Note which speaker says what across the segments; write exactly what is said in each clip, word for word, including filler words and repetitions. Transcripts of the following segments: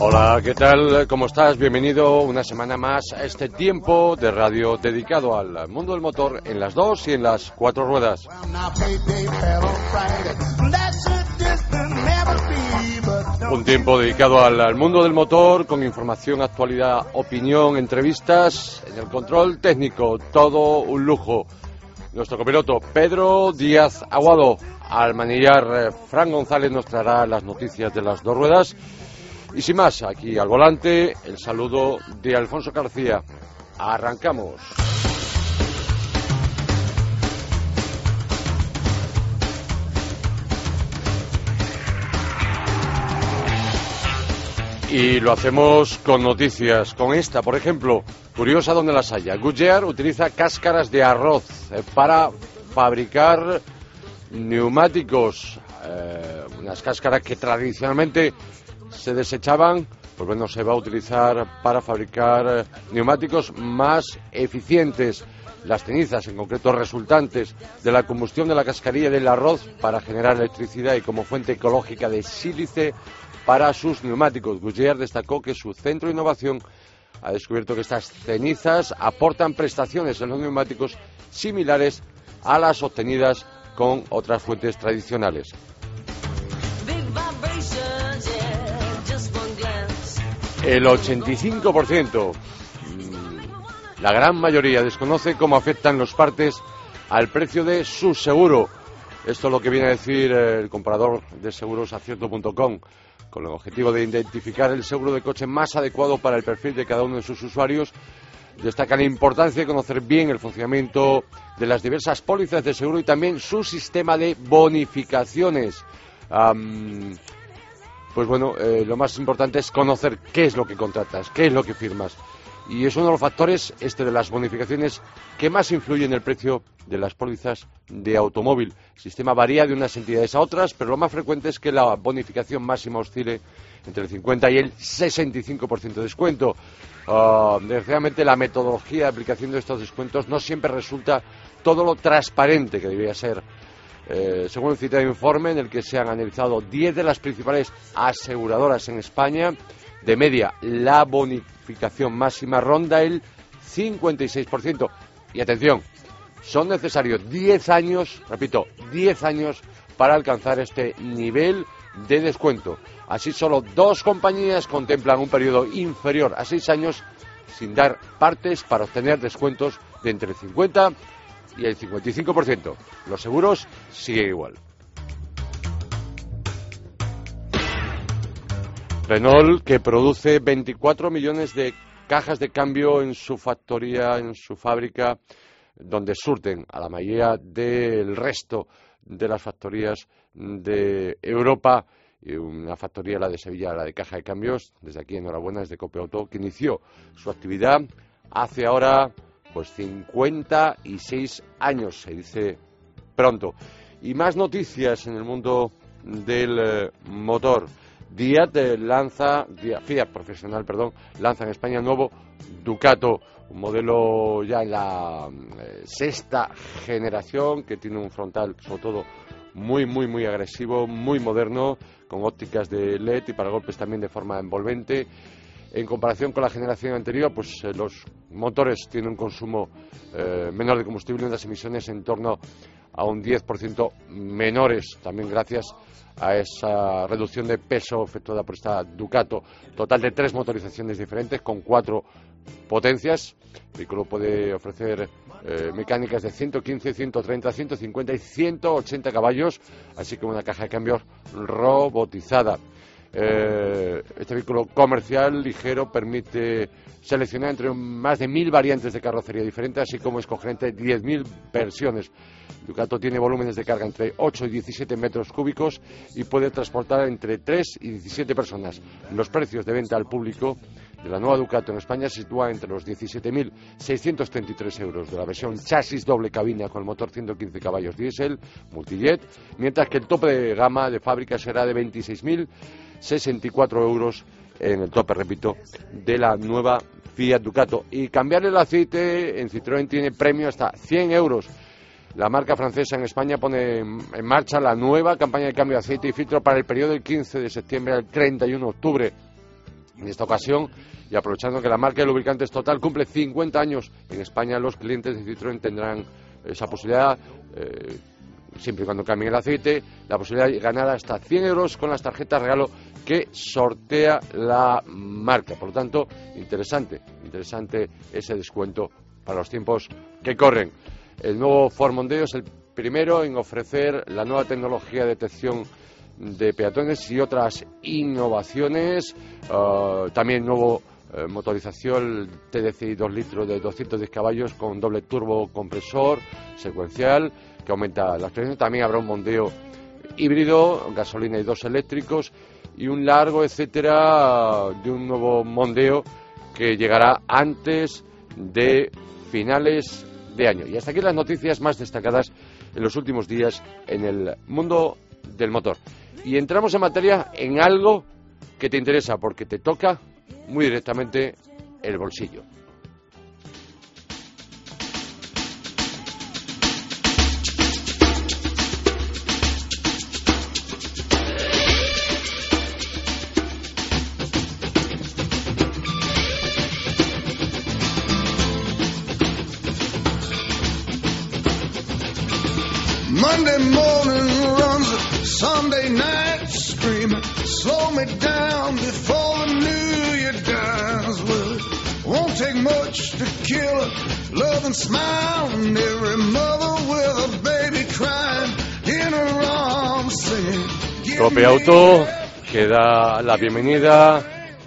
Speaker 1: Hola, ¿qué tal? ¿Cómo estás? Bienvenido una semana más a este tiempo de radio dedicado al mundo del motor en las dos y en las cuatro ruedas. Un tiempo dedicado al, al mundo del motor con información, actualidad, opinión, entrevistas, en el control técnico, todo un lujo. Nuestro copiloto Pedro Díaz Aguado, al manillar eh, Fran González nos traerá las noticias de las dos ruedas. Y sin más, aquí al volante, el saludo de Alfonso García. Arrancamos. Y lo hacemos con noticias, con esta, por ejemplo, curiosa donde las haya. Goodyear utiliza cáscaras de arroz eh, para fabricar neumáticos. Eh, unas cáscaras que tradicionalmente se desechaban, pues bueno, se va a utilizar para fabricar eh, neumáticos más eficientes. Las cenizas, en concreto resultantes de la combustión de la cascarilla del arroz para generar electricidad y como fuente ecológica de sílice para sus neumáticos. Goodyear destacó que su centro de innovación ha descubierto que estas cenizas aportan prestaciones en los neumáticos similares a las obtenidas con otras fuentes tradicionales. El ochenta y cinco por ciento, la gran mayoría, desconoce cómo afectan los partes al precio de su seguro. Esto es lo que viene a decir el comparador de seguros acierto punto com, con el objetivo de identificar el seguro de coche más adecuado para el perfil de cada uno de sus usuarios. Destaca la importancia de conocer bien el funcionamiento de las diversas pólizas de seguro y también su sistema de bonificaciones. Um, pues bueno, eh, lo más importante es conocer qué es lo que contratas, qué es lo que firmas. Y es uno de los factores, este de las bonificaciones, que más influye en el precio de las pólizas de automóvil. El sistema varía de unas entidades a otras, pero lo más frecuente es que la bonificación máxima oscile entre el cincuenta y el sesenta y cinco por ciento de descuento. Uh, desgraciadamente, la metodología de aplicación de estos descuentos no siempre resulta todo lo transparente que debería ser. Eh, según el citado informe, en el que se han analizado diez de las principales aseguradoras en España, de media, la bonificación máxima ronda el cincuenta y seis por ciento. Y atención, son necesarios diez años, repito, diez años para alcanzar este nivel de descuento. Así, solo dos compañías contemplan un periodo inferior a seis años sin dar partes para obtener descuentos de entre el cincuenta y el cincuenta y cinco por ciento. Los seguros siguen igual. Renault, que produce veinticuatro millones de cajas de cambio en su factoría, en su fábrica, donde surten a la mayoría del resto de las factorías de Europa, y una factoría, la de Sevilla, la de caja de cambios. Desde aquí, enhorabuena, desde Copiauto, que inició su actividad hace ahora pues cincuenta y seis años, se dice pronto. Y más noticias en el mundo del eh, motor. Fiat eh, lanza, Fiat Profesional, perdón, lanza en España el nuevo Ducato, un modelo ya en la eh, sexta generación, que tiene un frontal, sobre todo, muy, muy, muy agresivo, muy moderno, con ópticas de L E D y paragolpes también de forma envolvente. En comparación con la generación anterior, pues eh, los motores tienen un consumo eh, menor de combustible y unas emisiones en torno a un diez por ciento menores, también gracias a esa reducción de peso efectuada por esta Ducato. Total de tres motorizaciones diferentes con cuatro potencias. El vehículo puede ofrecer eh, mecánicas de ciento quince, ciento treinta, ciento cincuenta y ciento ochenta caballos, así como una caja de cambios robotizada. Eh, este vehículo comercial ligero permite seleccionar entre más de mil variantes de carrocería diferentes, así como escoger entre diez mil versiones. Ducato tiene volúmenes de carga entre ocho y diecisiete metros cúbicos y puede transportar entre tres y diecisiete personas. Los precios de venta al público de la nueva Ducato en España se sitúan entre los diecisiete mil seiscientos treinta y tres euros de la versión chasis doble cabina con el motor ciento quince caballos diésel multijet, mientras que el tope de gama de fábrica será de veintiséis mil sesenta y cuatro euros en el tope, repito, de la nueva Fiat Ducato. Y cambiar el aceite en Citroën tiene premio hasta cien euros. La marca francesa en España pone en marcha la nueva campaña de cambio de aceite y filtro para el periodo del quince de septiembre al treinta y uno de octubre. En esta ocasión, y aprovechando que la marca de lubricantes Total cumple cincuenta años, en España los clientes de Citroën tendrán esa posibilidad, eh, siempre y cuando cambien el aceite, la posibilidad de ganar hasta cien euros con las tarjetas regalo que sortea la marca. Por lo tanto, interesante, interesante ese descuento para los tiempos que corren. El nuevo Ford Mondeo es el primero en ofrecer la nueva tecnología de detección de peatones y otras innovaciones. Uh, también nuevo uh, motorización, el T D C I dos litros de doscientos diez caballos con doble turbo compresor secuencial que aumenta la experiencia. También habrá un Mondeo híbrido, gasolina y dos eléctricos, y un largo etcétera de un nuevo Mondeo que llegará antes de finales de año. Y hasta aquí las noticias más destacadas en los últimos días en el mundo del motor. Y entramos en materia en algo que te interesa, porque te toca muy directamente el bolsillo.
Speaker 2: Monday morning runs, Sunday night screaming, slow me down before the new year dies. Well, it won't take much to kill a loving smile and every mother with a baby crying in her arms singing.
Speaker 1: Cope Auto que da la bienvenida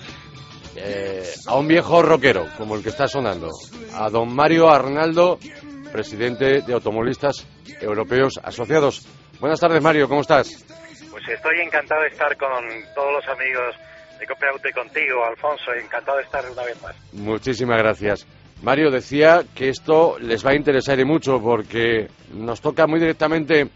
Speaker 1: eh, a un viejo rockero como el que está sonando, a don Mario Arnaldo, presidente de Automovilistas Europeos Asociados. Buenas tardes, Mario, ¿cómo estás?
Speaker 3: Pues estoy encantado de estar con todos los amigos de Cope Auto y contigo, Alfonso, encantado de estar una vez más.
Speaker 1: Muchísimas gracias. Mario, decía que esto les va a interesar y mucho porque nos toca muy directamente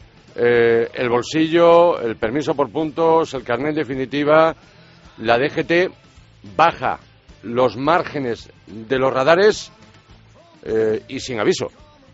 Speaker 1: eh, el bolsillo, el permiso por puntos, el carnet en definitiva. La D G T baja los márgenes de los radares eh, y sin aviso.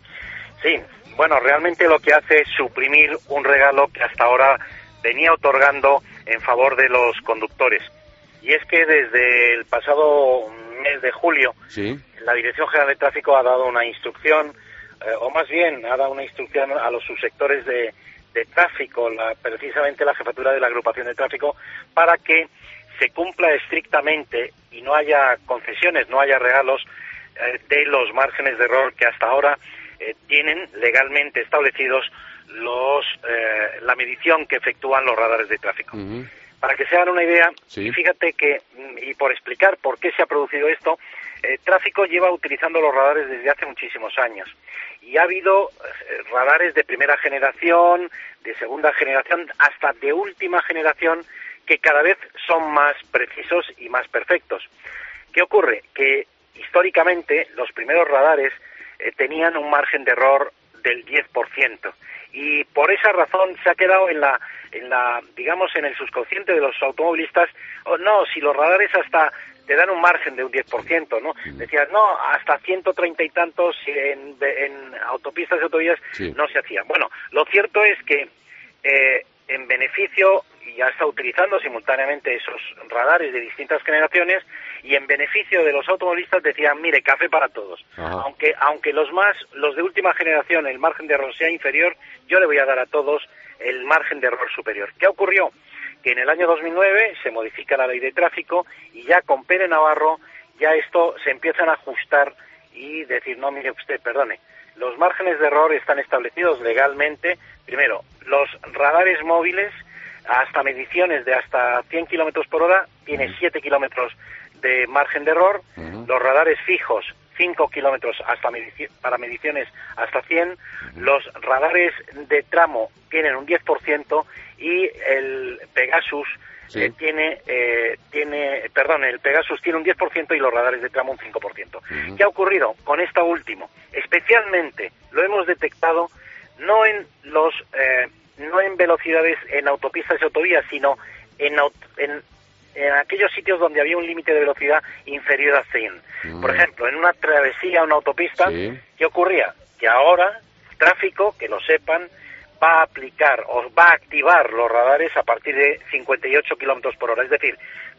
Speaker 3: Sí, bueno, realmente lo que hace es suprimir un regalo que hasta ahora venía otorgando en favor de los conductores. Y es que desde el pasado mes de julio,
Speaker 1: ¿sí?,
Speaker 3: la Dirección General de Tráfico ha dado una instrucción, eh, o más bien ha dado una instrucción a los subsectores de, de tráfico, la, precisamente la jefatura de la agrupación de tráfico, para que se cumpla estrictamente y no haya concesiones, no haya regalos eh, de los márgenes de error que hasta ahora eh, tienen legalmente establecidos los eh, la medición que efectúan los radares de tráfico. Uh-huh. Para que se hagan una idea, sí. Y fíjate que, y por explicar por qué se ha producido esto, eh, Tráfico lleva utilizando los radares desde hace muchísimos años. Y ha habido eh, radares de primera generación, de segunda generación, hasta de última generación, que cada vez son más precisos y más perfectos. ¿Qué ocurre? Que históricamente los primeros radares eh, tenían un margen de error del diez por ciento. Y por esa razón se ha quedado en la, en la, digamos, en el subconsciente de los automovilistas, oh, no, si los radares hasta te dan un margen de un diez por ciento, ¿no? Decías, no, hasta ciento treinta y tantos en, en autopistas y autovías sí. No se hacía. Bueno, lo cierto es que eh, en beneficio, ya está utilizando simultáneamente esos radares de distintas generaciones, y en beneficio de los automovilistas decían, mire, café para todos. Ajá. Aunque aunque los más, los de última generación, el margen de error sea inferior, yo le voy a dar a todos el margen de error superior. ¿Qué ocurrió? Que en el año dos mil nueve se modifica la ley de tráfico y ya con Pere Navarro ya esto se empiezan a ajustar y decir, no, mire usted, perdone, los márgenes de error están establecidos legalmente. Primero, los radares móviles hasta mediciones de hasta cien kilómetros por hora tiene siete kilómetros de margen de error. Uh-huh. Los radares fijos cinco kilómetros hasta medici- para mediciones hasta cien. Uh-huh. Los radares de tramo tienen un diez por ciento y el Pegasus sí. eh, tiene eh, tiene perdón el Pegasus tiene un diez por ciento y los radares de tramo un cinco por ciento. Uh-huh. ¿Qué ha ocurrido con esta último? Especialmente lo hemos detectado no en los eh, no en velocidades en autopistas y autovías, sino en, en, en aquellos sitios donde había un límite de velocidad inferior a cien. Mm. Por ejemplo, en una travesía, una autopista, sí. ¿Qué ocurría? Que ahora, Tráfico, que lo sepan, va a aplicar o va a activar los radares a partir de cincuenta y ocho kilómetros por hora. Es decir,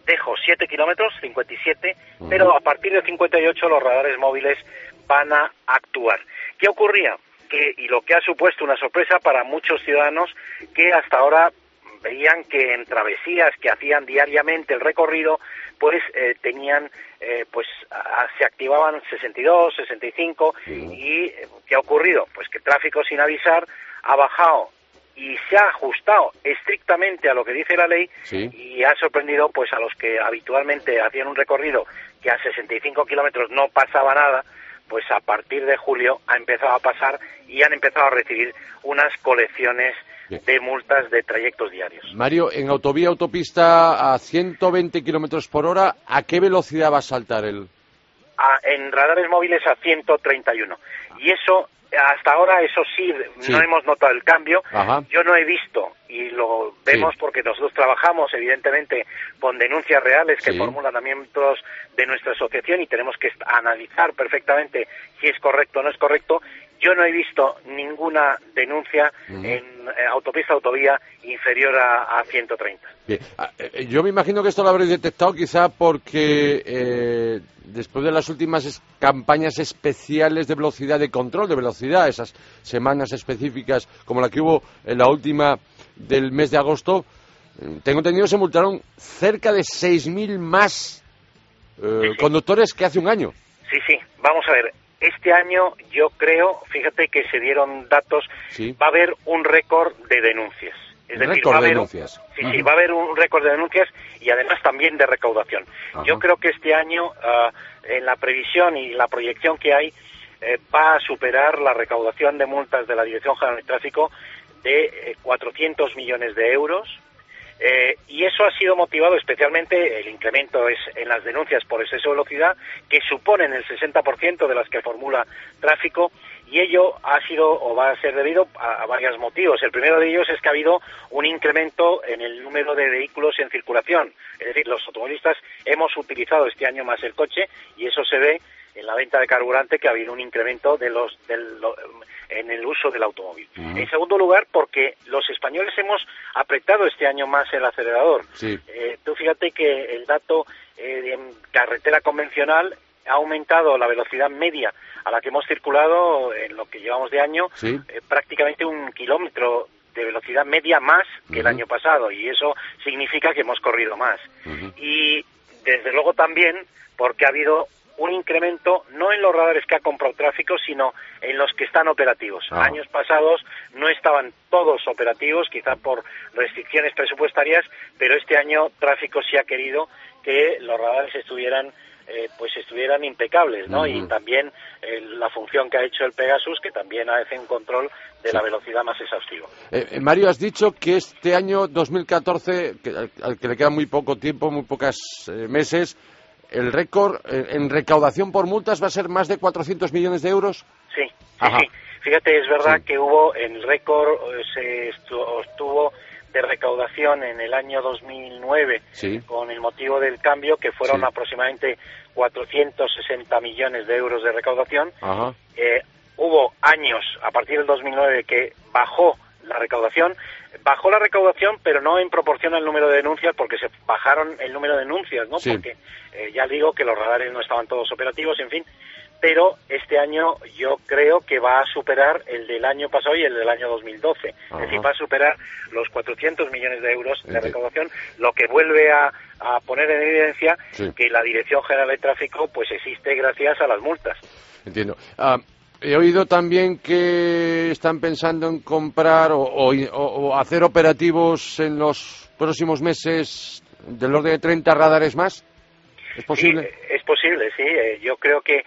Speaker 3: dejo siete kilómetros, cincuenta y siete, uh-huh. pero a partir de cincuenta y ocho los radares móviles van a actuar. ¿Qué ocurría? Que, y lo que ha supuesto una sorpresa para muchos ciudadanos que hasta ahora veían que en travesías que hacían diariamente el recorrido, pues eh, tenían, eh, pues a, se activaban sesenta y dos, sesenta y cinco, uh-huh. y eh, ¿qué ha ocurrido? Pues que el tráfico sin avisar ha bajado y se ha ajustado estrictamente a lo que dice la ley, sí. y ha sorprendido pues a los que habitualmente hacían un recorrido que a sesenta y cinco kilómetros no pasaba nada, pues a partir de julio ha empezado a pasar y han empezado a recibir unas colecciones Bien. de multas de trayectos diarios.
Speaker 1: Mario, en autovía, autopista a ciento veinte kilómetros por hora, ¿a qué velocidad va a saltar el...?
Speaker 3: A, en radares móviles a ciento treinta y uno. Y eso... Hasta ahora, eso sí, sí, no hemos notado el cambio. Ajá. Yo no he visto, y lo vemos sí. porque nosotros trabajamos, evidentemente, con denuncias reales que sí. formulan también miembros de nuestra asociación y tenemos que analizar perfectamente si es correcto o no es correcto. Yo no he visto ninguna denuncia uh-huh. en eh, autopista, autovía inferior a, a ciento treinta.
Speaker 1: Bien. Yo me imagino que esto lo habréis detectado quizá porque eh, después de las últimas es, campañas especiales de velocidad, de control de velocidad, esas semanas específicas como la que hubo en la última del mes de agosto, tengo entendido que se multaron cerca de seis mil más eh, sí, sí. conductores que hace un año.
Speaker 3: Sí, sí, vamos a ver. Este año yo creo, fíjate que se dieron datos, sí. va a haber un récord de denuncias. Es decir,
Speaker 1: récord
Speaker 3: va a haber,
Speaker 1: de denuncias.
Speaker 3: Sí, uh-huh. sí, va a haber un récord de denuncias y además también de recaudación. Uh-huh. Yo creo que este año, uh, en la previsión y la proyección que hay, eh, va a superar la recaudación de multas de la Dirección General de Tráfico de eh, cuatrocientos millones de euros. Eh, y eso ha sido motivado especialmente, el incremento es en las denuncias por exceso de velocidad, que suponen el sesenta por ciento de las que formula tráfico, y ello ha sido o va a ser debido a, a varios motivos. El primero de ellos es que ha habido un incremento en el número de vehículos en circulación, es decir, los automovilistas hemos utilizado este año más el coche y eso se ve en la venta de carburante, que ha habido un incremento de los del, lo, en el uso del automóvil. Uh-huh. En segundo lugar, porque los españoles hemos apretado este año más el acelerador. Sí. Eh, tú fíjate que el dato eh, en carretera convencional ha aumentado la velocidad media a la que hemos circulado en lo que llevamos de año, sí. eh, prácticamente un kilómetro de velocidad media más que uh-huh. el año pasado, y eso significa que hemos corrido más. Uh-huh. Y desde luego también porque ha habido un incremento no en los radares que ha comprado tráfico, sino en los que están operativos. Ah. Años pasados no estaban todos operativos, quizá por restricciones presupuestarias, pero este año tráfico sí ha querido que los radares estuvieran eh, pues estuvieran impecables, ¿no? Uh-huh. Y también eh, la función que ha hecho el Pegasus, que también hace un control de sí. la velocidad más exhaustivo.
Speaker 1: Eh, Mario, has dicho que este año dos mil catorce, que, al, al que le queda muy poco tiempo, muy pocos eh, meses, el récord eh, en recaudación por multas va a ser más de cuatrocientos millones de euros.
Speaker 3: Sí, sí, Ajá. sí. Fíjate, es verdad sí. que hubo, el récord eh, se obtuvo de recaudación en el año dos mil nueve, sí. con el motivo del cambio, que fueron sí. aproximadamente cuatrocientos sesenta millones de euros de recaudación. Ajá. Eh, hubo años, a partir del dos mil nueve, que bajó la recaudación, bajó la recaudación, pero no en proporción al número de denuncias, porque se bajaron el número de denuncias, ¿no? Sí. Porque eh, ya digo que los radares no estaban todos operativos, en fin, pero este año yo creo que va a superar el del año pasado y el del año dos mil doce. Ajá. Es decir, va a superar los cuatrocientos millones de euros de recaudación, lo que vuelve a, a poner en evidencia sí. que la Dirección General de Tráfico pues existe gracias a las multas.
Speaker 1: Entiendo. Uh... He oído también que están pensando en comprar o, o, o hacer operativos en los próximos meses del orden de treinta radares más. ¿Es posible?
Speaker 3: Sí, es posible, sí. Yo creo que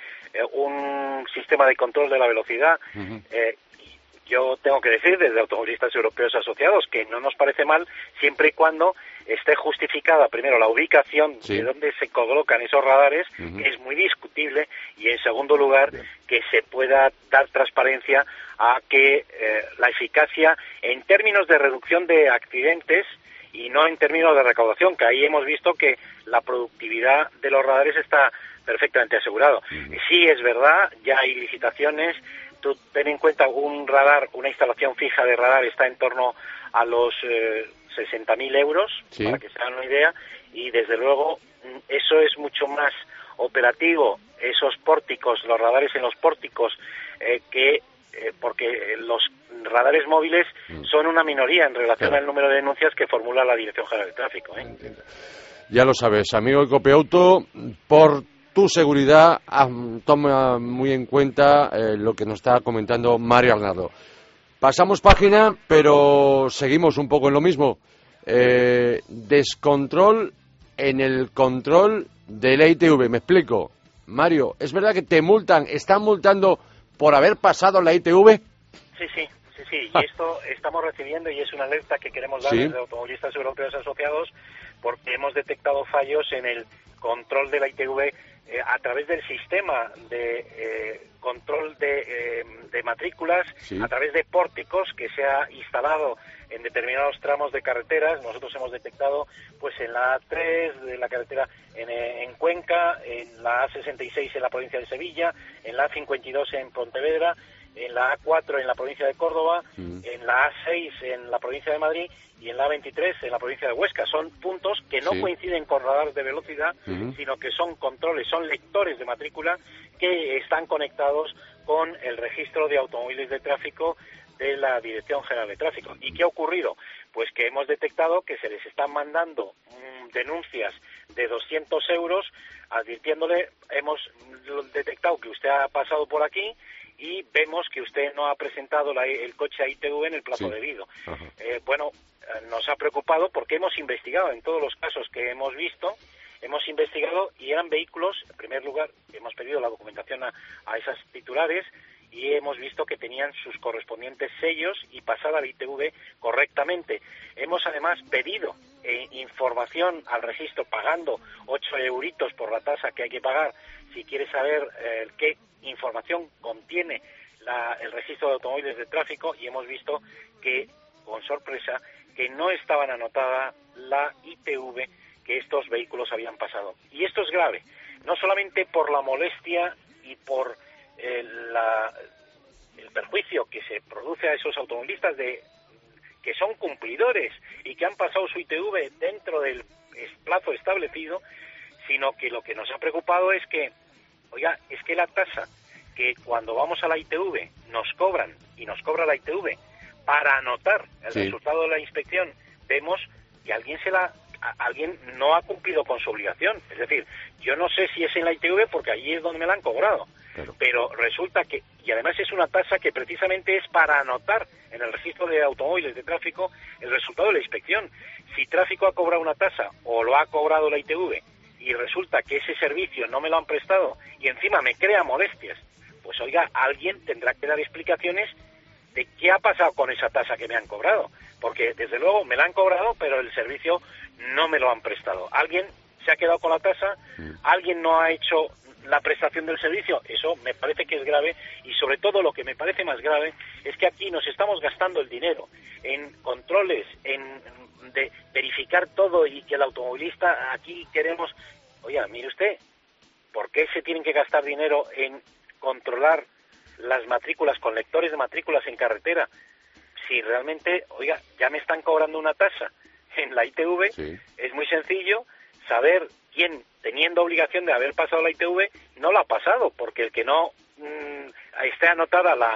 Speaker 3: un sistema de control de la velocidad, uh-huh. eh, yo tengo que decir desde Automovilistas Europeos Asociados que no nos parece mal siempre y cuando esté justificada primero la ubicación sí. de donde se colocan esos radares, uh-huh. que es muy discutible, y en segundo lugar Bien. que se pueda dar transparencia a que eh, la eficacia en términos de reducción de accidentes y no en términos de recaudación, que ahí hemos visto que la productividad de los radares está perfectamente asegurado. Uh-huh. Sí, es verdad, ya hay licitaciones. Tú ten en cuenta un radar, una instalación fija de radar está en torno a los eh, sesenta mil euros,
Speaker 1: sí,
Speaker 3: para que se hagan una idea, y desde luego eso es mucho más operativo, esos pórticos, los radares en los pórticos, eh, que eh, porque los radares móviles mm. son una minoría en relación claro. al número de denuncias que formula la Dirección General de Tráfico, ¿eh?
Speaker 1: Ya lo sabes, amigo de Copiauto, por tu seguridad, toma muy en cuenta eh, lo que nos está comentando Mario Arnaldo. Pasamos página, pero seguimos un poco en lo mismo. Eh, descontrol en el control de la I T V. Me explico. Mario, ¿es verdad que te multan, están multando por haber pasado la I T V?
Speaker 3: Sí, sí, sí, sí. Y esto estamos recibiendo y es una alerta que queremos dar ¿Sí? desde Automovilistas Europeos Asociados, porque hemos detectado fallos en el control de la I T V eh, a través del sistema de eh, control de, eh, de matrículas, ¿Sí? a través de pórticos que se ha instalado en determinados tramos de carreteras. Nosotros hemos detectado pues en la A tres de la carretera en, en Cuenca, en la A sesenta y seis en la provincia de Sevilla, en la A cincuenta y dos en Pontevedra, en la A cuatro en la provincia de Córdoba, mm. en la A seis en la provincia de Madrid y en la A veintitrés en la provincia de Huesca. Son puntos que no sí. coinciden con radares de velocidad, mm. sino que son controles, son lectores de matrícula que están conectados con el registro de automóviles de tráfico de la Dirección General de Tráfico. ¿Y qué ha ocurrido? Pues que hemos detectado que se les están mandando mmm, denuncias de doscientos euros, advirtiéndole, hemos detectado que usted ha pasado por aquí y vemos que usted no ha presentado la, el coche a I T V en el plazo sí. debido. Eh, bueno, nos ha preocupado porque hemos investigado en todos los casos que hemos visto, hemos investigado y eran vehículos, en primer lugar, hemos pedido la documentación a, a esas titulares y hemos visto que tenían sus correspondientes sellos y pasada la I T V correctamente. Hemos además pedido eh, información al registro pagando ocho euritos por la tasa que hay que pagar si quiere saber eh, qué información contiene la, el registro de automóviles de tráfico, y hemos visto que, con sorpresa, que no estaban anotada la I T V que estos vehículos habían pasado. Y esto es grave, no solamente por la molestia y por eh, la, el perjuicio que se produce a esos automovilistas de que son cumplidores y que han pasado su I T V dentro del plazo establecido, sino que lo que nos ha preocupado es que, oiga, es que la tasa que cuando vamos a la I T V nos cobran, y nos cobra la I T V, para anotar el sí. resultado de la inspección, vemos que alguien se la alguien no ha cumplido con su obligación. Es decir, yo no sé si es en la I T V porque allí es donde me la han cobrado, claro. pero resulta que, y además es una tasa que precisamente es para anotar en el registro de automóviles de tráfico el resultado de la inspección. Si tráfico ha cobrado una tasa o lo ha cobrado la I T V y resulta que ese servicio no me lo han prestado y encima me crea molestias, pues oiga, alguien tendrá que dar explicaciones de qué ha pasado con esa tasa que me han cobrado, porque desde luego me la han cobrado, pero el servicio no me lo han prestado. Alguien se ha quedado con la tasa, alguien no ha hecho la prestación del servicio. Eso me parece que es grave, y sobre todo lo que me parece más grave es que aquí nos estamos gastando el dinero en controles, en de verificar todo, y que el automovilista aquí queremos, oiga, mire usted, ¿por qué se tienen que gastar dinero en controlar las matrículas con lectores de matrículas en carretera? Si realmente, oiga, ya me están cobrando una tasa en la I T V, sí. es muy sencillo saber quién, teniendo obligación de haber pasado la I T V, no la ha pasado, porque el que no mmm, esté anotada la,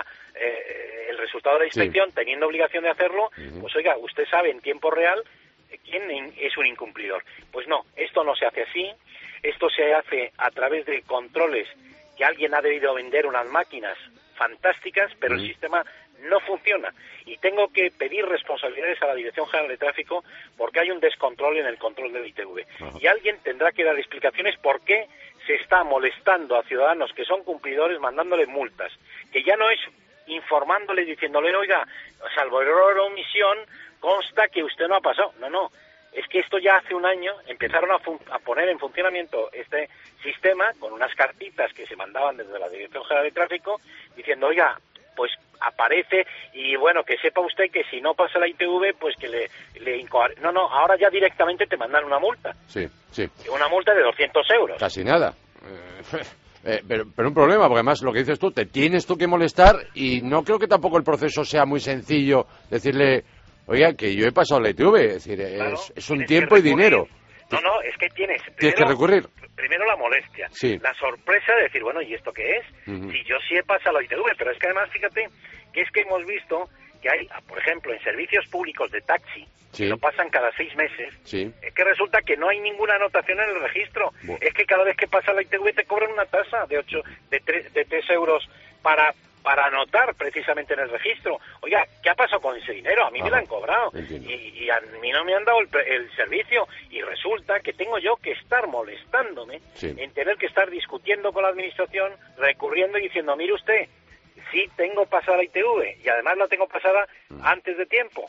Speaker 3: eh, el resultado de la inspección, sí. teniendo obligación de hacerlo, uh-huh. pues oiga, usted sabe en tiempo real quién es un incumplidor. Pues no, esto no se hace así, esto se hace a través de controles que alguien ha debido vender unas máquinas fantásticas, pero uh-huh. el sistema no funciona. Y tengo que pedir responsabilidades a la Dirección General de Tráfico porque hay un descontrol en el control del I T V. Uh-huh. Y alguien tendrá que dar explicaciones por qué se está molestando a ciudadanos que son cumplidores, mandándole multas, que ya no es informándole, diciéndole, oiga, salvo error o omisión, consta que usted no ha pasado. No, no. Es que esto ya hace un año empezaron a, fun- a poner en funcionamiento este sistema con unas cartitas que se mandaban desde la Dirección General de Tráfico diciendo, oiga, pues aparece, y bueno, que sepa usted que si no pasa la I T V, pues que le, le incoar... No, no, ahora ya directamente te mandan una multa.
Speaker 1: Sí, sí.
Speaker 3: Una multa de doscientos euros.
Speaker 1: Casi nada. Eh, eh, pero, pero un problema, porque además lo que dices tú, te tienes tú que molestar, y no creo que tampoco el proceso sea muy sencillo decirle, Oiga, que yo he pasado la I T V, es decir,
Speaker 3: Claro,
Speaker 1: es, es un
Speaker 3: tienes
Speaker 1: tiempo
Speaker 3: que
Speaker 1: y dinero.
Speaker 3: No, no, es que tienes...
Speaker 1: Tienes que recurrir.
Speaker 3: Primero la molestia,
Speaker 1: Sí.
Speaker 3: la sorpresa de decir, bueno, ¿y esto qué es?
Speaker 1: Ujú.
Speaker 3: Si yo sí he pasado la I T V, pero es que además, fíjate, que es que hemos visto que hay, por ejemplo, en servicios públicos de taxi,
Speaker 1: Sí.
Speaker 3: que lo pasan cada seis meses,
Speaker 1: Sí.
Speaker 3: es que resulta que no hay ninguna anotación en el registro.
Speaker 1: Bueno.
Speaker 3: Es que cada vez que pasa la I T V te cobran una tasa de ocho, de tres, de tres euros para para anotar precisamente en el registro. Oiga, ¿qué ha pasado con ese dinero? A mí
Speaker 1: Ajá,
Speaker 3: me lo han cobrado
Speaker 1: entiendo.
Speaker 3: y, y a mí no me han dado el, pre- el servicio y resulta que tengo yo que estar molestándome
Speaker 1: Sí.
Speaker 3: en tener que estar discutiendo con la administración, recurriendo y diciendo, mire usted, sí tengo pasada la I T V y además la tengo pasada antes de tiempo.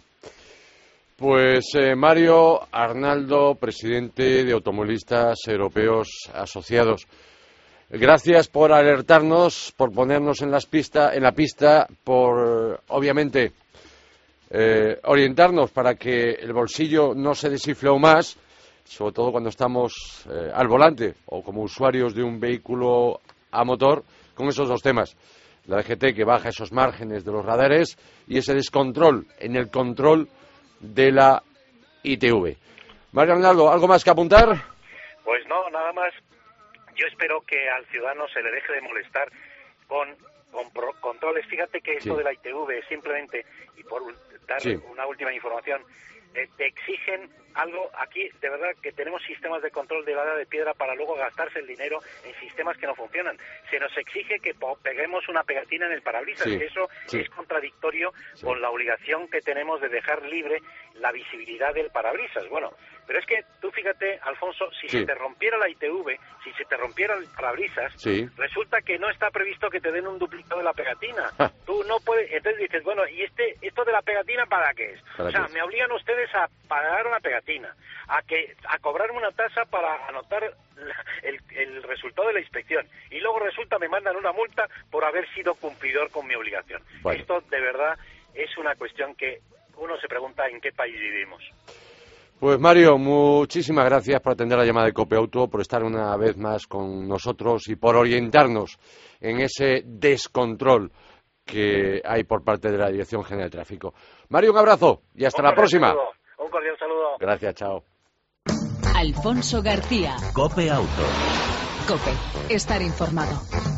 Speaker 1: Pues eh, Mario Arnaldo, presidente de Automovilistas Europeos Asociados. Gracias por alertarnos, por ponernos en las pista, en la pista, por obviamente eh, orientarnos para que el bolsillo no se desinfle aún más, sobre todo cuando estamos eh, al volante o como usuarios de un vehículo a motor, con esos dos temas. La D G T que baja esos márgenes de los radares y ese descontrol en el control de la I T V. Mario Arnaldo, ¿algo más que apuntar?
Speaker 3: Pues no, nada más. Yo espero que al ciudadano se le deje de molestar con, con pro- controles. Fíjate que esto
Speaker 1: Sí.
Speaker 3: de la I T V simplemente, y por ul- dar
Speaker 1: Sí.
Speaker 3: una última información, eh, te exigen algo aquí, de verdad, que tenemos sistemas de control de bala de piedra para luego gastarse el dinero en sistemas que no funcionan. Se nos exige que po- peguemos una pegatina en el parabrisas.
Speaker 1: Sí,
Speaker 3: Eso
Speaker 1: sí.
Speaker 3: es contradictorio
Speaker 1: Sí.
Speaker 3: con la obligación que tenemos de dejar libre la visibilidad del parabrisas. Bueno, pero es que tú fíjate, Alfonso, si
Speaker 1: Sí.
Speaker 3: se te rompiera la I T V, si se te rompiera el parabrisas,
Speaker 1: Sí.
Speaker 3: resulta que no está previsto que te den un duplicado de la pegatina.
Speaker 1: Ja.
Speaker 3: Tú no puedes, entonces dices, bueno, ¿y este esto de la pegatina para qué es?
Speaker 1: ¿Para
Speaker 3: O sea,
Speaker 1: qué es?
Speaker 3: me obligan ustedes a pagar una pegatina, a que a cobrarme una tasa para anotar la- el, el resultado de la inspección y luego resulta me mandan una multa por haber sido cumplidor con mi obligación.
Speaker 1: Bueno.
Speaker 3: Esto de verdad es una cuestión que uno se pregunta en qué país vivimos.
Speaker 1: Pues Mario, muchísimas gracias por atender la llamada de Cope Auto, por estar una vez más con nosotros y por orientarnos en ese descontrol que hay por parte de la Dirección General de Tráfico. Mario, un abrazo y hasta
Speaker 3: Un
Speaker 1: la
Speaker 3: cordial
Speaker 1: próxima.
Speaker 3: saludo, un cordial saludo.
Speaker 1: Gracias, chao.
Speaker 4: Alfonso García.
Speaker 5: Cope Auto.
Speaker 4: Cope. Estar informado.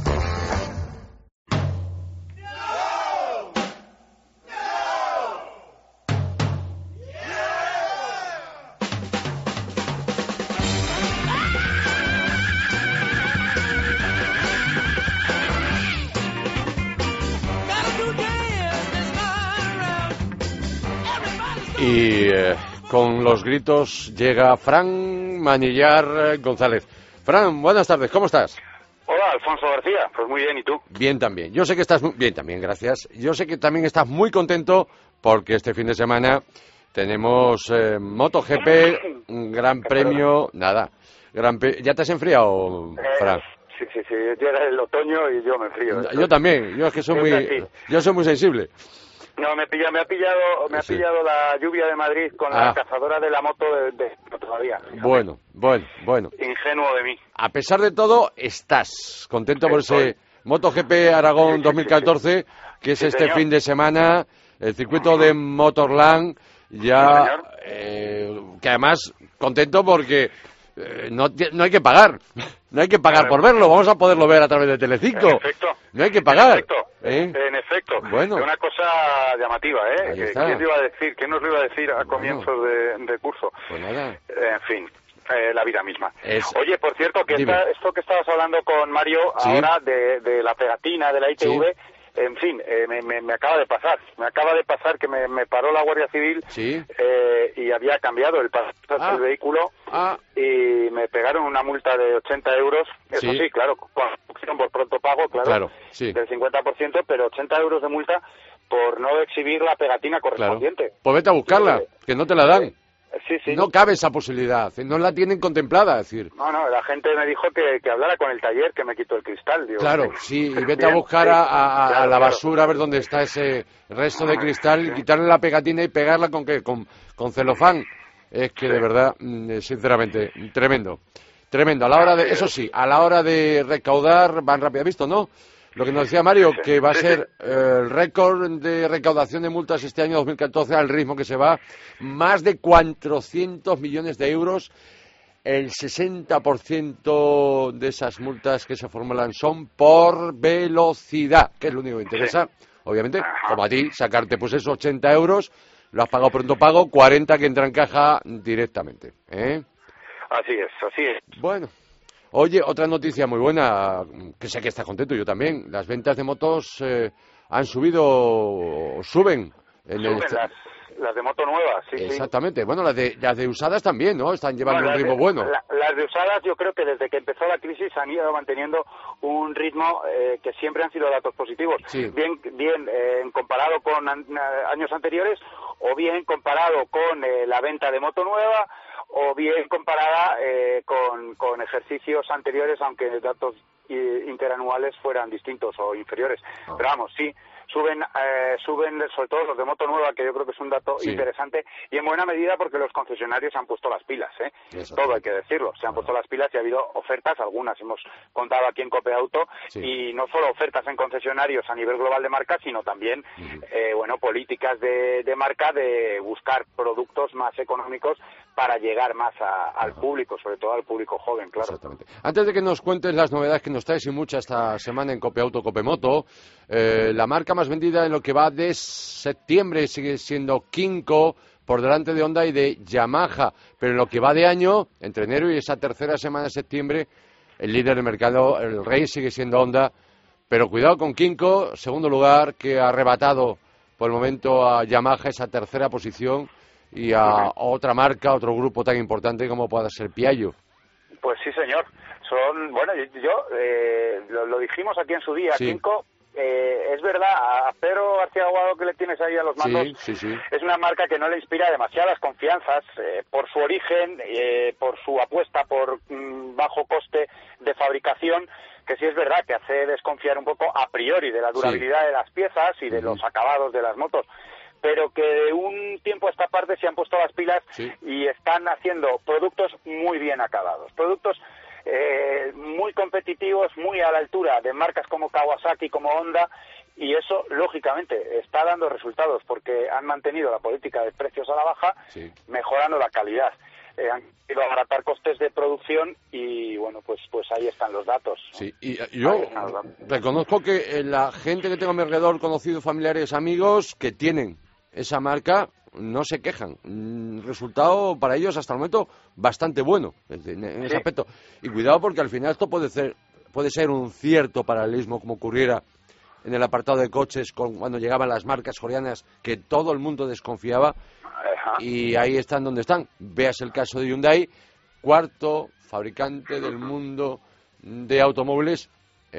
Speaker 1: Y eh, con los gritos llega Fran Manillar González. Fran, buenas tardes, ¿cómo estás?
Speaker 6: Hola, Alfonso García. Pues muy bien, ¿y tú?
Speaker 1: Bien también. Yo sé que estás muy bien también, gracias. Yo sé que también estás muy contento porque este fin de semana tenemos eh, MotoGP, un gran premio, nada. Gran pe- ¿Ya te has enfriado, Fran?
Speaker 6: Eh, sí, sí, sí. Llega el otoño y yo me frío.
Speaker 1: Yo también. Yo es que soy muy,
Speaker 6: Siempre así.
Speaker 1: yo soy muy sensible.
Speaker 6: No, me, pilla, me ha pillado me ha
Speaker 1: Sí.
Speaker 6: pillado la lluvia de Madrid con
Speaker 1: Ah.
Speaker 6: la cazadora de la moto de, de- no, todavía. fíjate.
Speaker 1: Bueno, bueno, bueno.
Speaker 6: Ingenuo de mí.
Speaker 1: A pesar de todo, estás contento por ese
Speaker 6: Estoy.
Speaker 1: MotoGP Aragón dos mil catorce, que es
Speaker 6: Sí,
Speaker 1: este
Speaker 6: señor.
Speaker 1: fin de semana, el circuito de Motorland,
Speaker 6: Sí,
Speaker 1: ya,
Speaker 6: señor.
Speaker 1: eh, que además contento porque eh, no, ti- no hay que pagar, no hay que pagar por verlo, vamos a poderlo ver a través de Telecinco,
Speaker 6: En efecto.
Speaker 1: no hay que pagar.
Speaker 6: En efecto.
Speaker 1: ¿eh?
Speaker 6: En efecto.
Speaker 1: Bueno.
Speaker 6: Es una cosa llamativa, ¿eh?
Speaker 1: Ahí
Speaker 6: Que-
Speaker 1: está.
Speaker 6: ¿Quién lo iba a decir? ¿Quién nos lo iba a decir a comienzos de, de curso?
Speaker 1: Pues nada.
Speaker 6: Eh, En fin. eh, la vida misma.
Speaker 1: Es-
Speaker 6: Oye, por cierto, que
Speaker 1: Dime.
Speaker 6: esta- esto que estabas hablando con Mario
Speaker 1: Sí.
Speaker 6: ahora de, de la pegatina de la I T V, en fin, eh, me, me- me acaba de pasar. Me acaba de pasar que me, me paró la Guardia Civil
Speaker 1: Sí.
Speaker 6: eh, y había cambiado el pasaje
Speaker 1: Ah.
Speaker 6: del vehículo
Speaker 1: Ah,
Speaker 6: y me pegaron una multa de ochenta euros. Eso
Speaker 1: Sí.
Speaker 6: sí, claro, con opción por pronto pago, claro,
Speaker 1: Claro, sí.
Speaker 6: del cincuenta por ciento, pero ochenta euros de multa por no exhibir la pegatina
Speaker 1: claro.
Speaker 6: correspondiente.
Speaker 1: Pues vete a buscarla,
Speaker 6: Eh,
Speaker 1: que no te la dan.
Speaker 6: Eh, Sí, sí.
Speaker 1: No cabe esa posibilidad, no la tienen contemplada, es decir.
Speaker 6: No, no, la gente me dijo que, que hablara con el taller, que me quitó el cristal. Digo,
Speaker 1: Claro,
Speaker 6: sí.
Speaker 1: sí, y vete
Speaker 6: Bien,
Speaker 1: a buscar
Speaker 6: sí.
Speaker 1: a, a- a
Speaker 6: Claro,
Speaker 1: la
Speaker 6: claro.
Speaker 1: basura a ver dónde está ese resto de cristal y quitarle la pegatina y pegarla con qué, con, con celofán. Es que de verdad, mm, sinceramente, tremendo, tremendo. A la hora de, eso sí, a la hora de recaudar van rápido, ¿has visto, no? Lo que nos decía Mario,
Speaker 6: Sí,
Speaker 1: que va a
Speaker 6: sí,
Speaker 1: ser
Speaker 6: sí.
Speaker 1: eh, el récord de recaudación de multas este año dos mil catorce al ritmo que se va, más de cuatrocientos millones de euros. El sesenta por ciento de esas multas que se formulan son por velocidad, que es lo único que interesa. Sí. Obviamente,
Speaker 6: Ajá.
Speaker 1: como a ti, sacarte pues esos ochenta euros, lo has pagado pronto pago, cuarenta que entra en caja directamente. ¿eh?
Speaker 6: Así es, así es.
Speaker 1: Bueno. Oye, otra noticia muy buena, que sé que estás contento, yo también. Las ventas de motos eh, han subido, suben. En
Speaker 6: Suben
Speaker 1: el...
Speaker 6: las, las de moto nuevas, sí,
Speaker 1: Exactamente.
Speaker 6: sí.
Speaker 1: Bueno, las de, las de usadas también, ¿no? Están llevando
Speaker 6: No,
Speaker 1: un ritmo
Speaker 6: de,
Speaker 1: bueno.
Speaker 6: La, las de usadas yo creo que desde que empezó la crisis han ido manteniendo un ritmo eh, que siempre han sido datos positivos.
Speaker 1: Sí.
Speaker 6: Bien, bien eh, comparado con an, años anteriores o bien comparado con eh, la venta de moto nueva o bien comparada eh, con, con ejercicios anteriores, aunque datos interanuales fueran distintos o inferiores. Oh. Pero vamos, sí, suben, eh, suben sobre todo los de moto nueva, que yo creo que es un dato sí. interesante, y en buena medida porque los concesionarios se han puesto las pilas, ¿eh? Todo hay que decirlo, se han puesto las pilas y ha habido ofertas, algunas hemos contado aquí en Copeauto, sí. y no solo ofertas en concesionarios a nivel global de marca, sino también, uh-huh. eh, bueno, políticas de, de marca de buscar productos más económicos para llegar más a, al público, sobre todo al público joven, claro.
Speaker 1: Exactamente. Antes de que nos cuentes las novedades que nos traes y muchas esta semana en Copeauto, Copemoto, eh, la marca más vendida en lo que va de septiembre sigue siendo Kymco, por delante de Honda y de Yamaha, pero en lo que va de año, entre enero y esa tercera semana de septiembre, el líder del mercado, el rey, sigue siendo Honda, pero cuidado con Kymco, segundo lugar, que ha arrebatado por el momento a Yamaha esa tercera posición y a otra marca, otro grupo tan importante como pueda ser Piaggio.
Speaker 6: Pues sí, señor. Son, bueno, yo, eh, lo, lo dijimos aquí en su día, sí. Kymco, eh, es verdad, a Pedro García Aguado que le tienes ahí a los mandos,
Speaker 1: sí, sí, sí.
Speaker 6: es una marca que no le inspira demasiadas confianzas eh, por su origen, eh, por su apuesta por mm, bajo coste de fabricación, que sí es verdad que hace desconfiar un poco a priori de la durabilidad sí. de las piezas y de uh-huh. los acabados de las motos, pero que de un tiempo a esta parte se han puesto las pilas sí. y están haciendo productos muy bien acabados, productos eh, muy competitivos, muy a la altura de marcas como Kawasaki, como Honda, y eso, lógicamente, está dando resultados porque han mantenido la política de precios a la baja, sí. mejorando la calidad. Eh, han ido a abaratar costes de producción y, bueno, pues pues ahí están los datos.
Speaker 1: Sí, y yo reconozco que la gente que tengo a mi alrededor, conocidos, familiares, amigos, que tienen esa marca, no se quejan. Resultado para ellos hasta el momento bastante bueno en ese sí. aspecto. Y cuidado porque al final esto puede ser puede ser un cierto paralelismo como ocurriera en el apartado de coches con, cuando llegaban las marcas coreanas que todo el mundo desconfiaba. Ajá. Y ahí están donde están. Veas el caso de Hyundai, cuarto fabricante del mundo de automóviles.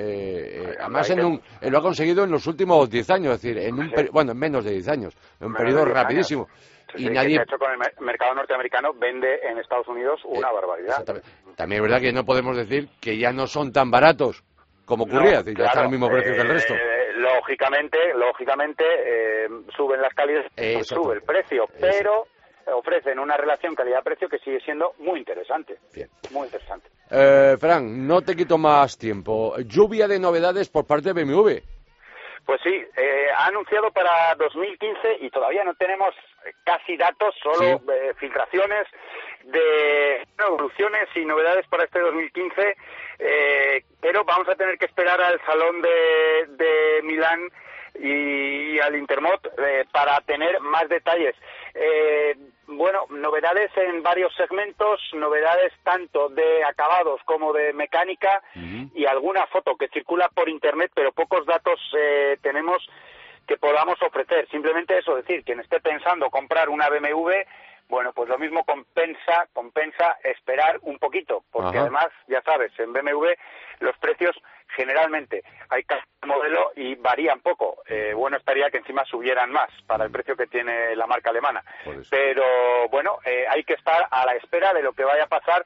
Speaker 1: Eh, eh, además en un, eh, lo ha conseguido en los últimos diez años, es decir, en un peri- bueno, en menos de diez años, en un menos periodo rapidísimo.
Speaker 6: Sí, y sí, nadie... que se ha hecho con el mercado norteamericano, vende en Estados Unidos una eh, barbaridad.
Speaker 1: También es verdad que no podemos decir que ya no son tan baratos como ocurría, no, es decir, claro, ya están al mismo precio eh, que el resto.
Speaker 6: Eh, lógicamente, lógicamente eh, suben las calidades, eh, sube el precio, pero ofrecen una relación calidad-precio que sigue siendo muy interesante. Bien. Muy interesante.
Speaker 1: Eh, Fran, no te quito más tiempo. Lluvia de novedades por parte de B M W.
Speaker 6: Pues sí, eh, ha anunciado para dos mil quince y todavía no tenemos casi datos, solo sí. eh, filtraciones de evoluciones y novedades para este dos mil quince, eh, pero vamos a tener que esperar al Salón de, de Milán y al Intermot eh, para tener más detalles. Eh, bueno, novedades en varios segmentos, novedades tanto de acabados como de mecánica uh-huh. y alguna foto que circula por internet, pero pocos datos eh, tenemos que podamos ofrecer. Simplemente eso, decir, quien esté pensando comprar una B M W, bueno, pues lo mismo compensa, compensa esperar un poquito, porque Ajá. además, ya sabes, en B M W los precios generalmente hay cada modelo y varían poco. Eh, bueno estaría que encima subieran más para el precio que tiene la marca alemana. Pero bueno, eh, hay que estar a la espera de lo que vaya a pasar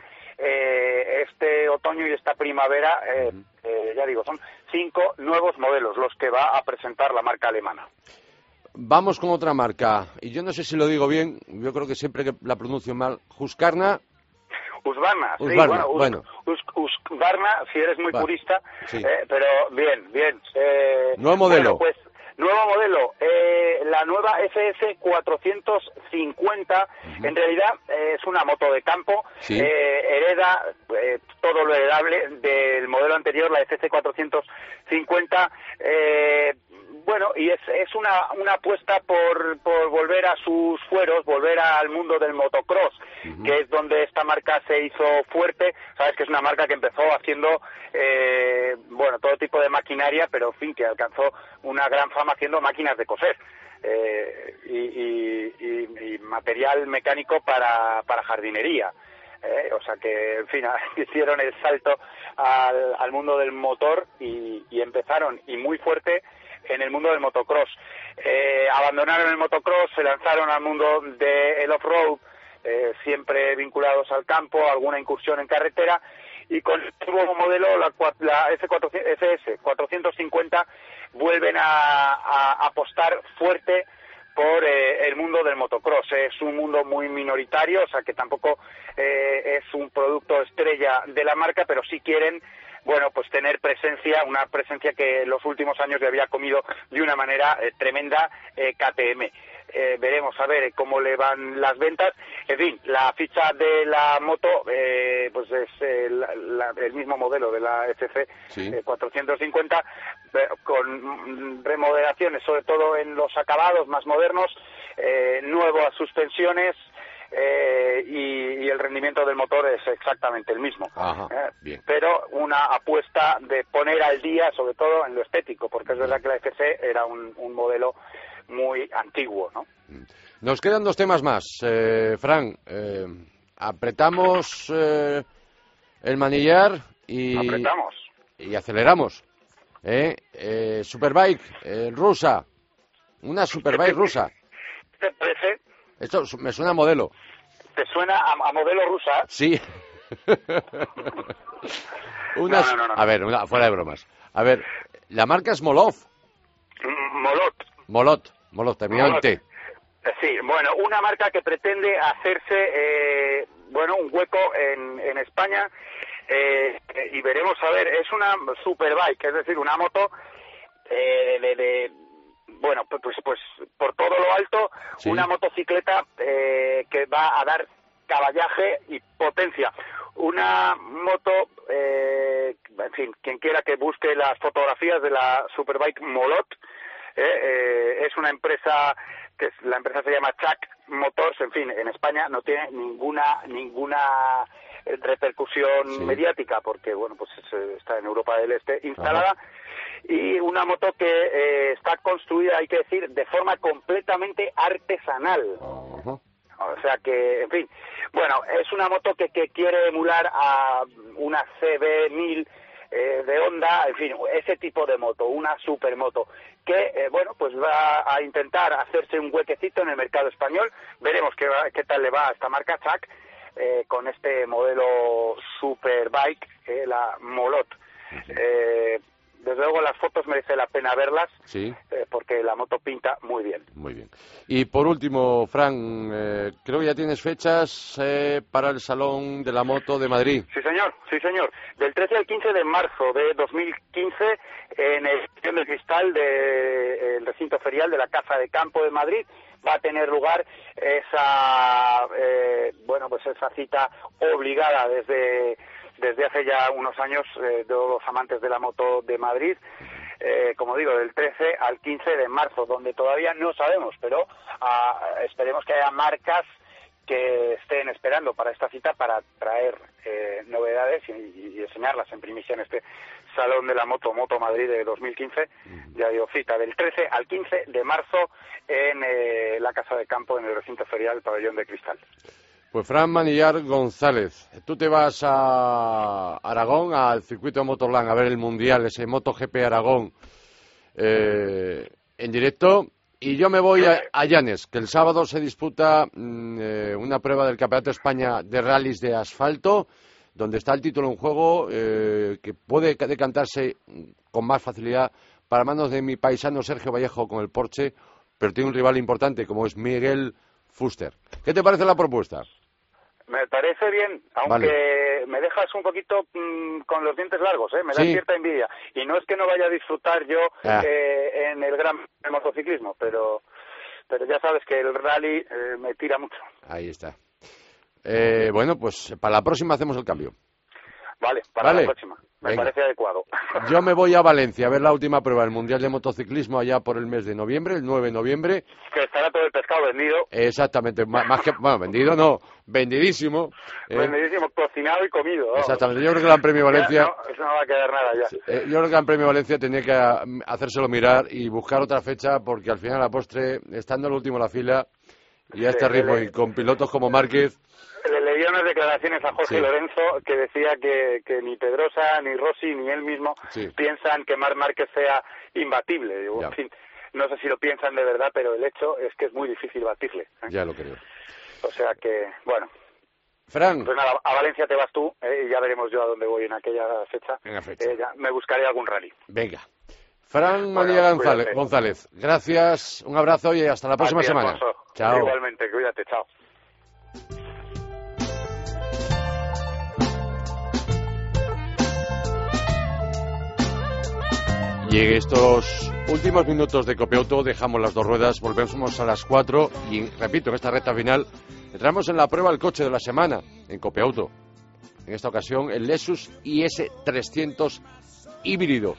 Speaker 6: eh, este otoño y esta primavera. Eh, uh-huh. eh, ya digo, son cinco nuevos modelos los que va a presentar la marca alemana.
Speaker 1: Vamos con otra marca, y yo no sé si lo digo bien, yo creo que siempre que la pronuncio mal, Husqvarna.
Speaker 6: Husqvarna, sí,
Speaker 1: Husqvarna,
Speaker 6: bueno,
Speaker 1: bueno.
Speaker 6: Husqvarna, si eres muy
Speaker 1: Va,
Speaker 6: purista,
Speaker 1: sí.
Speaker 6: eh, pero bien, bien. Eh,
Speaker 1: Nuevo modelo.
Speaker 6: Bueno, pues, nuevo modelo, eh, la nueva F S cuatrocientos cincuenta, uh-huh. En realidad eh, es una moto de campo,
Speaker 1: sí.
Speaker 6: eh, hereda eh, todo lo heredable del modelo anterior, la F S cuatrocientos cincuenta, eh, bueno, y es, es una, una apuesta por, por volver a sus fueros, volver al mundo del motocross, uh-huh. que es donde esta marca se hizo fuerte. Sabes que es una marca que empezó haciendo, eh, bueno, todo tipo de maquinaria, pero en fin, que alcanzó una gran fama haciendo máquinas de coser. Eh, y, y, y, y material mecánico para, para jardinería. Eh, o sea que, en fin, hicieron el salto al, al mundo del motor y, y empezaron, y muy fuerte, en el mundo del motocross. Eh, abandonaron el motocross, se lanzaron al mundo del off-road, eh, siempre vinculados al campo, alguna incursión en carretera, y con el nuevo modelo, la, la F S cuatrocientos cincuenta, vuelven a, a apostar fuerte por eh, el mundo del motocross. Es un mundo muy minoritario, o sea que tampoco eh, es un producto estrella de la marca, pero sí quieren, bueno, pues tener presencia, una presencia que en los últimos años le había comido de una manera eh, tremenda eh, K T M. Eh, veremos a ver cómo le van las ventas. En fin, la ficha de la moto eh, pues es eh, la, la, el mismo modelo de la F C
Speaker 1: sí.
Speaker 6: eh, cuatrocientos cincuenta, eh, con remodelaciones, sobre todo en los acabados más modernos, eh, nuevas suspensiones, Eh, y, y el rendimiento del motor es exactamente el mismo.
Speaker 1: Ajá,
Speaker 6: eh,
Speaker 1: bien.
Speaker 6: Pero una apuesta de poner al día, sobre todo en lo estético, porque es verdad que la F C era un, un modelo muy antiguo, ¿no?
Speaker 1: Nos quedan dos temas más, eh, Fran. Eh, apretamos eh, el manillar y,
Speaker 6: apretamos.
Speaker 1: y aceleramos. Eh, eh, Superbike eh, rusa, una Superbike rusa.
Speaker 6: ¿Te parece?
Speaker 1: Esto me suena a modelo.
Speaker 6: ¿Te suena a, a modelo rusa?
Speaker 1: Sí. Unas,
Speaker 6: no, no, no, no.
Speaker 1: A ver, una, fuera de bromas. A ver, la marca es Molov.
Speaker 6: Molot.
Speaker 1: Molot, Molot, terminado en T.
Speaker 6: Sí, bueno, una marca que pretende hacerse, eh, bueno, un hueco en, en España, eh, y veremos a ver, es una Superbike, es decir, una moto eh, de, de bueno, pues, pues, pues por todo lo alto, sí. Una motocicleta eh, que va a dar caballaje y potencia. Una moto, eh, en fin, quien quiera que busque las fotografías de la Superbike Molot, eh, eh, es una empresa, que es, la empresa se llama Chuck Motors, en fin, en España no tiene ninguna ninguna repercusión sí. mediática, porque, bueno, pues está en Europa del Este instalada. Ajá. Y una moto que eh, está construida, hay que decir, de forma completamente artesanal. Uh-huh. O sea que, en fin, bueno, es una moto que, que quiere emular a una C B mil eh, de Honda, en fin, ese tipo de moto, una supermoto, que, eh, bueno, pues va a intentar hacerse un huequecito en el mercado español. Veremos qué, va, qué tal le va a esta marca Chuck eh, con este modelo Superbike, eh, la Molot. Uh-huh. Eh, Desde luego las fotos merece la pena verlas, sí. eh, porque la moto pinta muy bien.
Speaker 1: Muy bien. Y por último, Fran, eh, creo que ya tienes fechas eh, para el Salón de la Moto de Madrid.
Speaker 6: Sí, señor, sí, señor. Del trece al quince de marzo de dos mil quince, en el Recinto de Cristal del de, recinto ferial de la Casa de Campo de Madrid, va a tener lugar esa, eh, bueno, pues esa cita obligada desde... desde hace ya unos años, eh, de los amantes de la moto de Madrid, eh, como digo, del trece al quince de marzo, donde todavía no sabemos, pero ah, esperemos que haya marcas que estén esperando para esta cita para traer eh, novedades y, y enseñarlas en primicia en este Salón de la Moto, Moto Madrid de dos mil quince. Ya digo, cita del trece al quince de marzo en eh, la Casa de Campo, en el recinto ferial, el Pabellón de Cristal.
Speaker 1: Pues Fran Manillar González, tú te vas a Aragón, al circuito de Motorland, a ver el Mundial, ese MotoGP Aragón, eh, en directo, y yo me voy a, a Llanes, que el sábado se disputa mm, eh, una prueba del Campeonato de España de rallies de asfalto, donde está el título en juego, eh, que puede decantarse con más facilidad para manos de mi paisano Sergio Vallejo con el Porsche, pero tiene un rival importante como es Miguel Fuster. ¿Qué te parece la propuesta?
Speaker 6: Me parece bien, aunque vale. me dejas un poquito mmm, con los dientes largos, ¿eh? Me da ¿Sí? cierta envidia. Y no es que no vaya a disfrutar yo ah. eh, en el gran motociclismo, pero pero ya sabes que el rally eh, me tira mucho.
Speaker 1: Ahí está. Eh, bueno, pues para la próxima hacemos el cambio.
Speaker 6: Vale, para vale. la próxima. Me Venga. parece adecuado.
Speaker 1: Yo me voy a Valencia a ver la última prueba del Mundial de Motociclismo allá por el mes de noviembre, el nueve de noviembre.
Speaker 6: Que estará todo el pescado vendido.
Speaker 1: Exactamente, más, más que... Bueno, vendido no, vendidísimo.
Speaker 6: Eh. Vendidísimo, cocinado y comido. Vamos.
Speaker 1: Exactamente, yo creo que el Gran Premio Valencia...
Speaker 6: Ya, no, eso no va a quedar nada ya.
Speaker 1: Eh, yo creo que el Gran Premio Valencia tenía que hacérselo mirar y buscar otra fecha, porque al final, a la postre, estando el último en la fila, y a este sí, ritmo, le... y con pilotos como Márquez...
Speaker 6: Le leí unas declaraciones a Jorge sí. Lorenzo que decía que, que ni Pedrosa, ni Rossi, ni él mismo sí. piensan que Marc Márquez sea imbatible. Digo, en fin, no sé si lo piensan de verdad, pero el hecho es que es muy difícil batirle. ¿eh?
Speaker 1: Ya lo creo.
Speaker 6: O sea que, bueno.
Speaker 1: Fran.
Speaker 6: Pues nada, a Valencia te vas tú eh, y ya veremos yo a dónde voy en aquella fecha.
Speaker 1: En fecha.
Speaker 6: Eh, ya me buscaré algún rally.
Speaker 1: Venga. Fran María bueno, González, González, gracias, un abrazo y hasta la próxima
Speaker 6: ti,
Speaker 1: semana.
Speaker 6: Alfonso.
Speaker 1: Chao.
Speaker 6: Igualmente, cuídate, chao.
Speaker 1: Y en estos últimos minutos de Copiauto dejamos las dos ruedas, volvemos a las cuatro y, repito, en esta recta final entramos en la prueba del coche de la semana en Copiauto. En esta ocasión el Lexus I S trescientos híbrido,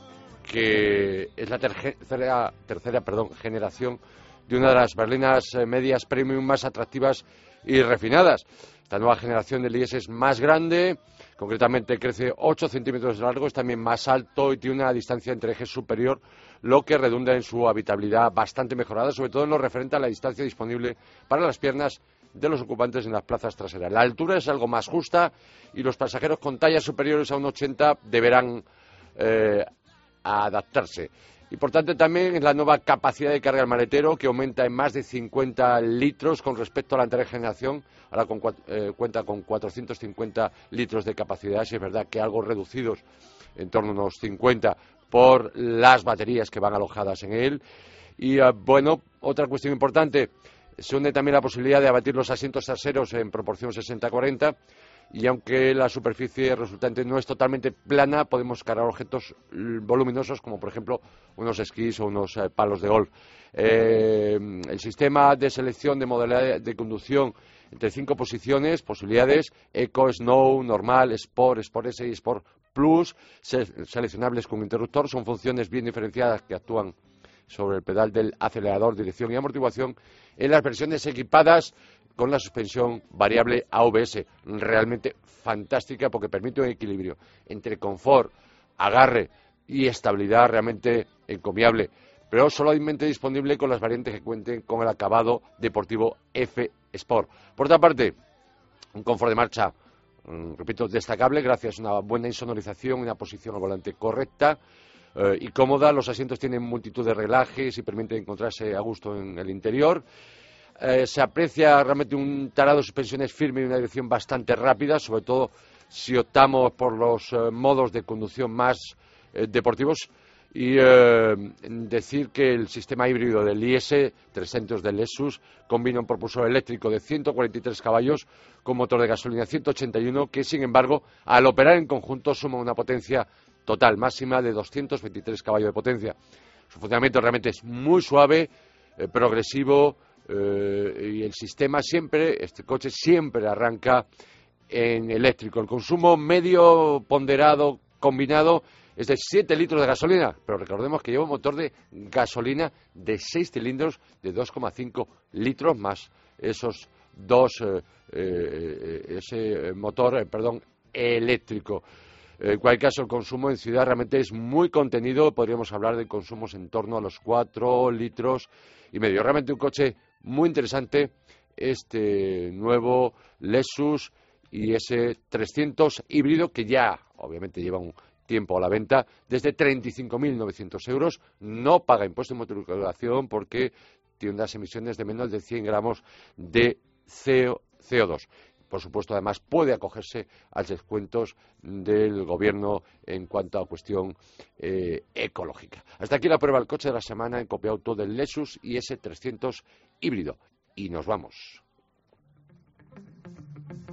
Speaker 1: que es la tercera, tercera perdón, generación de una de las berlinas medias premium más atractivas y refinadas. Esta nueva generación del I S es más grande, concretamente crece ocho centímetros de largo, es también más alto y tiene una distancia entre ejes superior, lo que redunda en su habitabilidad bastante mejorada, sobre todo en lo referente a la distancia disponible para las piernas de los ocupantes en las plazas traseras. La altura es algo más justa y los pasajeros con tallas superiores a un ochenta deberán eh, adaptarse. Importante también es la nueva capacidad de carga del maletero, que aumenta en más de cincuenta litros con respecto a la anterior generación. Ahora con, eh, cuenta con cuatrocientos cincuenta litros de capacidad. Si es verdad que algo reducidos, en torno a unos cincuenta, por las baterías que van alojadas en él. Y uh, bueno, otra cuestión importante, se une también la posibilidad de abatir los asientos traseros en proporción sesenta cuarenta. Y aunque la superficie resultante no es totalmente plana, podemos cargar objetos voluminosos como por ejemplo unos esquís o unos eh, palos de golf. Eh, el sistema de selección de modalidad de conducción entre cinco posiciones, posibilidades, Eco, Snow, Normal, Sport, Sport S y Sport Plus, se seleccionables con interruptor, son funciones bien diferenciadas que actúan sobre el pedal del acelerador, dirección y amortiguación en las versiones equipadas con la suspensión variable A B S, realmente fantástica porque permite un equilibrio entre confort, agarre y estabilidad realmente encomiable, pero solamente disponible con las variantes que cuenten con el acabado deportivo F Sport. Por otra parte, un confort de marcha, repito, destacable gracias a una buena insonorización y una posición al volante correcta eh, y cómoda. Los asientos tienen multitud de reglajes y permiten encontrarse a gusto en el interior. Eh, se aprecia realmente un tarado de suspensiones firme y una dirección bastante rápida, sobre todo si optamos por los eh, modos de conducción más eh, deportivos. Y eh, decir que el sistema híbrido del I S trescientos del Lexus combina un propulsor eléctrico de ciento cuarenta y tres caballos con motor de gasolina ciento ochenta y uno, que sin embargo al operar en conjunto suma una potencia total máxima de doscientos veintitrés caballos de potencia. Su funcionamiento realmente es muy suave, eh, progresivo. Uh, y el sistema siempre, este coche siempre arranca en eléctrico. El consumo medio ponderado combinado es de siete litros de gasolina, pero recordemos que lleva un motor de gasolina de seis cilindros de dos coma cinco litros más esos dos, eh, eh, ese motor, eh, perdón, eléctrico. En cualquier caso, el consumo en ciudad realmente es muy contenido, podríamos hablar de consumos en torno a los cuatro litros y medio. Realmente un coche muy interesante, este nuevo Lexus I S trescientos híbrido, que ya obviamente lleva un tiempo a la venta, desde treinta y cinco mil novecientos euros, no paga impuesto de matriculación porque tiene unas emisiones de menos de cien gramos de C O dos. Por supuesto, además, puede acogerse a los descuentos del Gobierno en cuanto a cuestión eh, ecológica. Hasta aquí la prueba del coche de la semana en Copiauto del Lexus I S trescientos híbrido. Y nos vamos.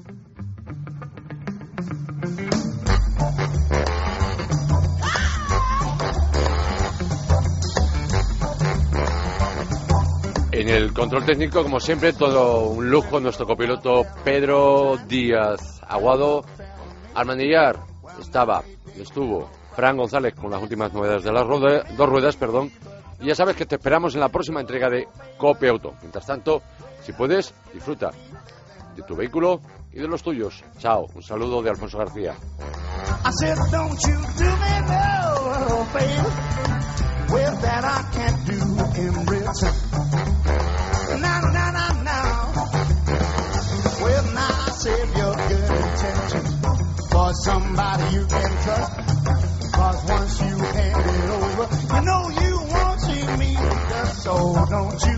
Speaker 1: En el control técnico, como siempre, todo un lujo, nuestro copiloto Pedro Díaz Aguado. Al manillar estaba, estuvo Fran González con las últimas novedades de las rueda, dos ruedas, perdón. Y ya sabes que te esperamos en la próxima entrega de Cope Auto. Mientras tanto, si puedes, disfruta de tu vehículo y de los tuyos. Chao, un saludo de Alfonso García.
Speaker 2: I said, don't you do me no favor, well, that I can't do in return. Now, now, now, now, well, now, save your good intentions for somebody you can trust, cause once you hand it over, you know you won't see me, just so don't you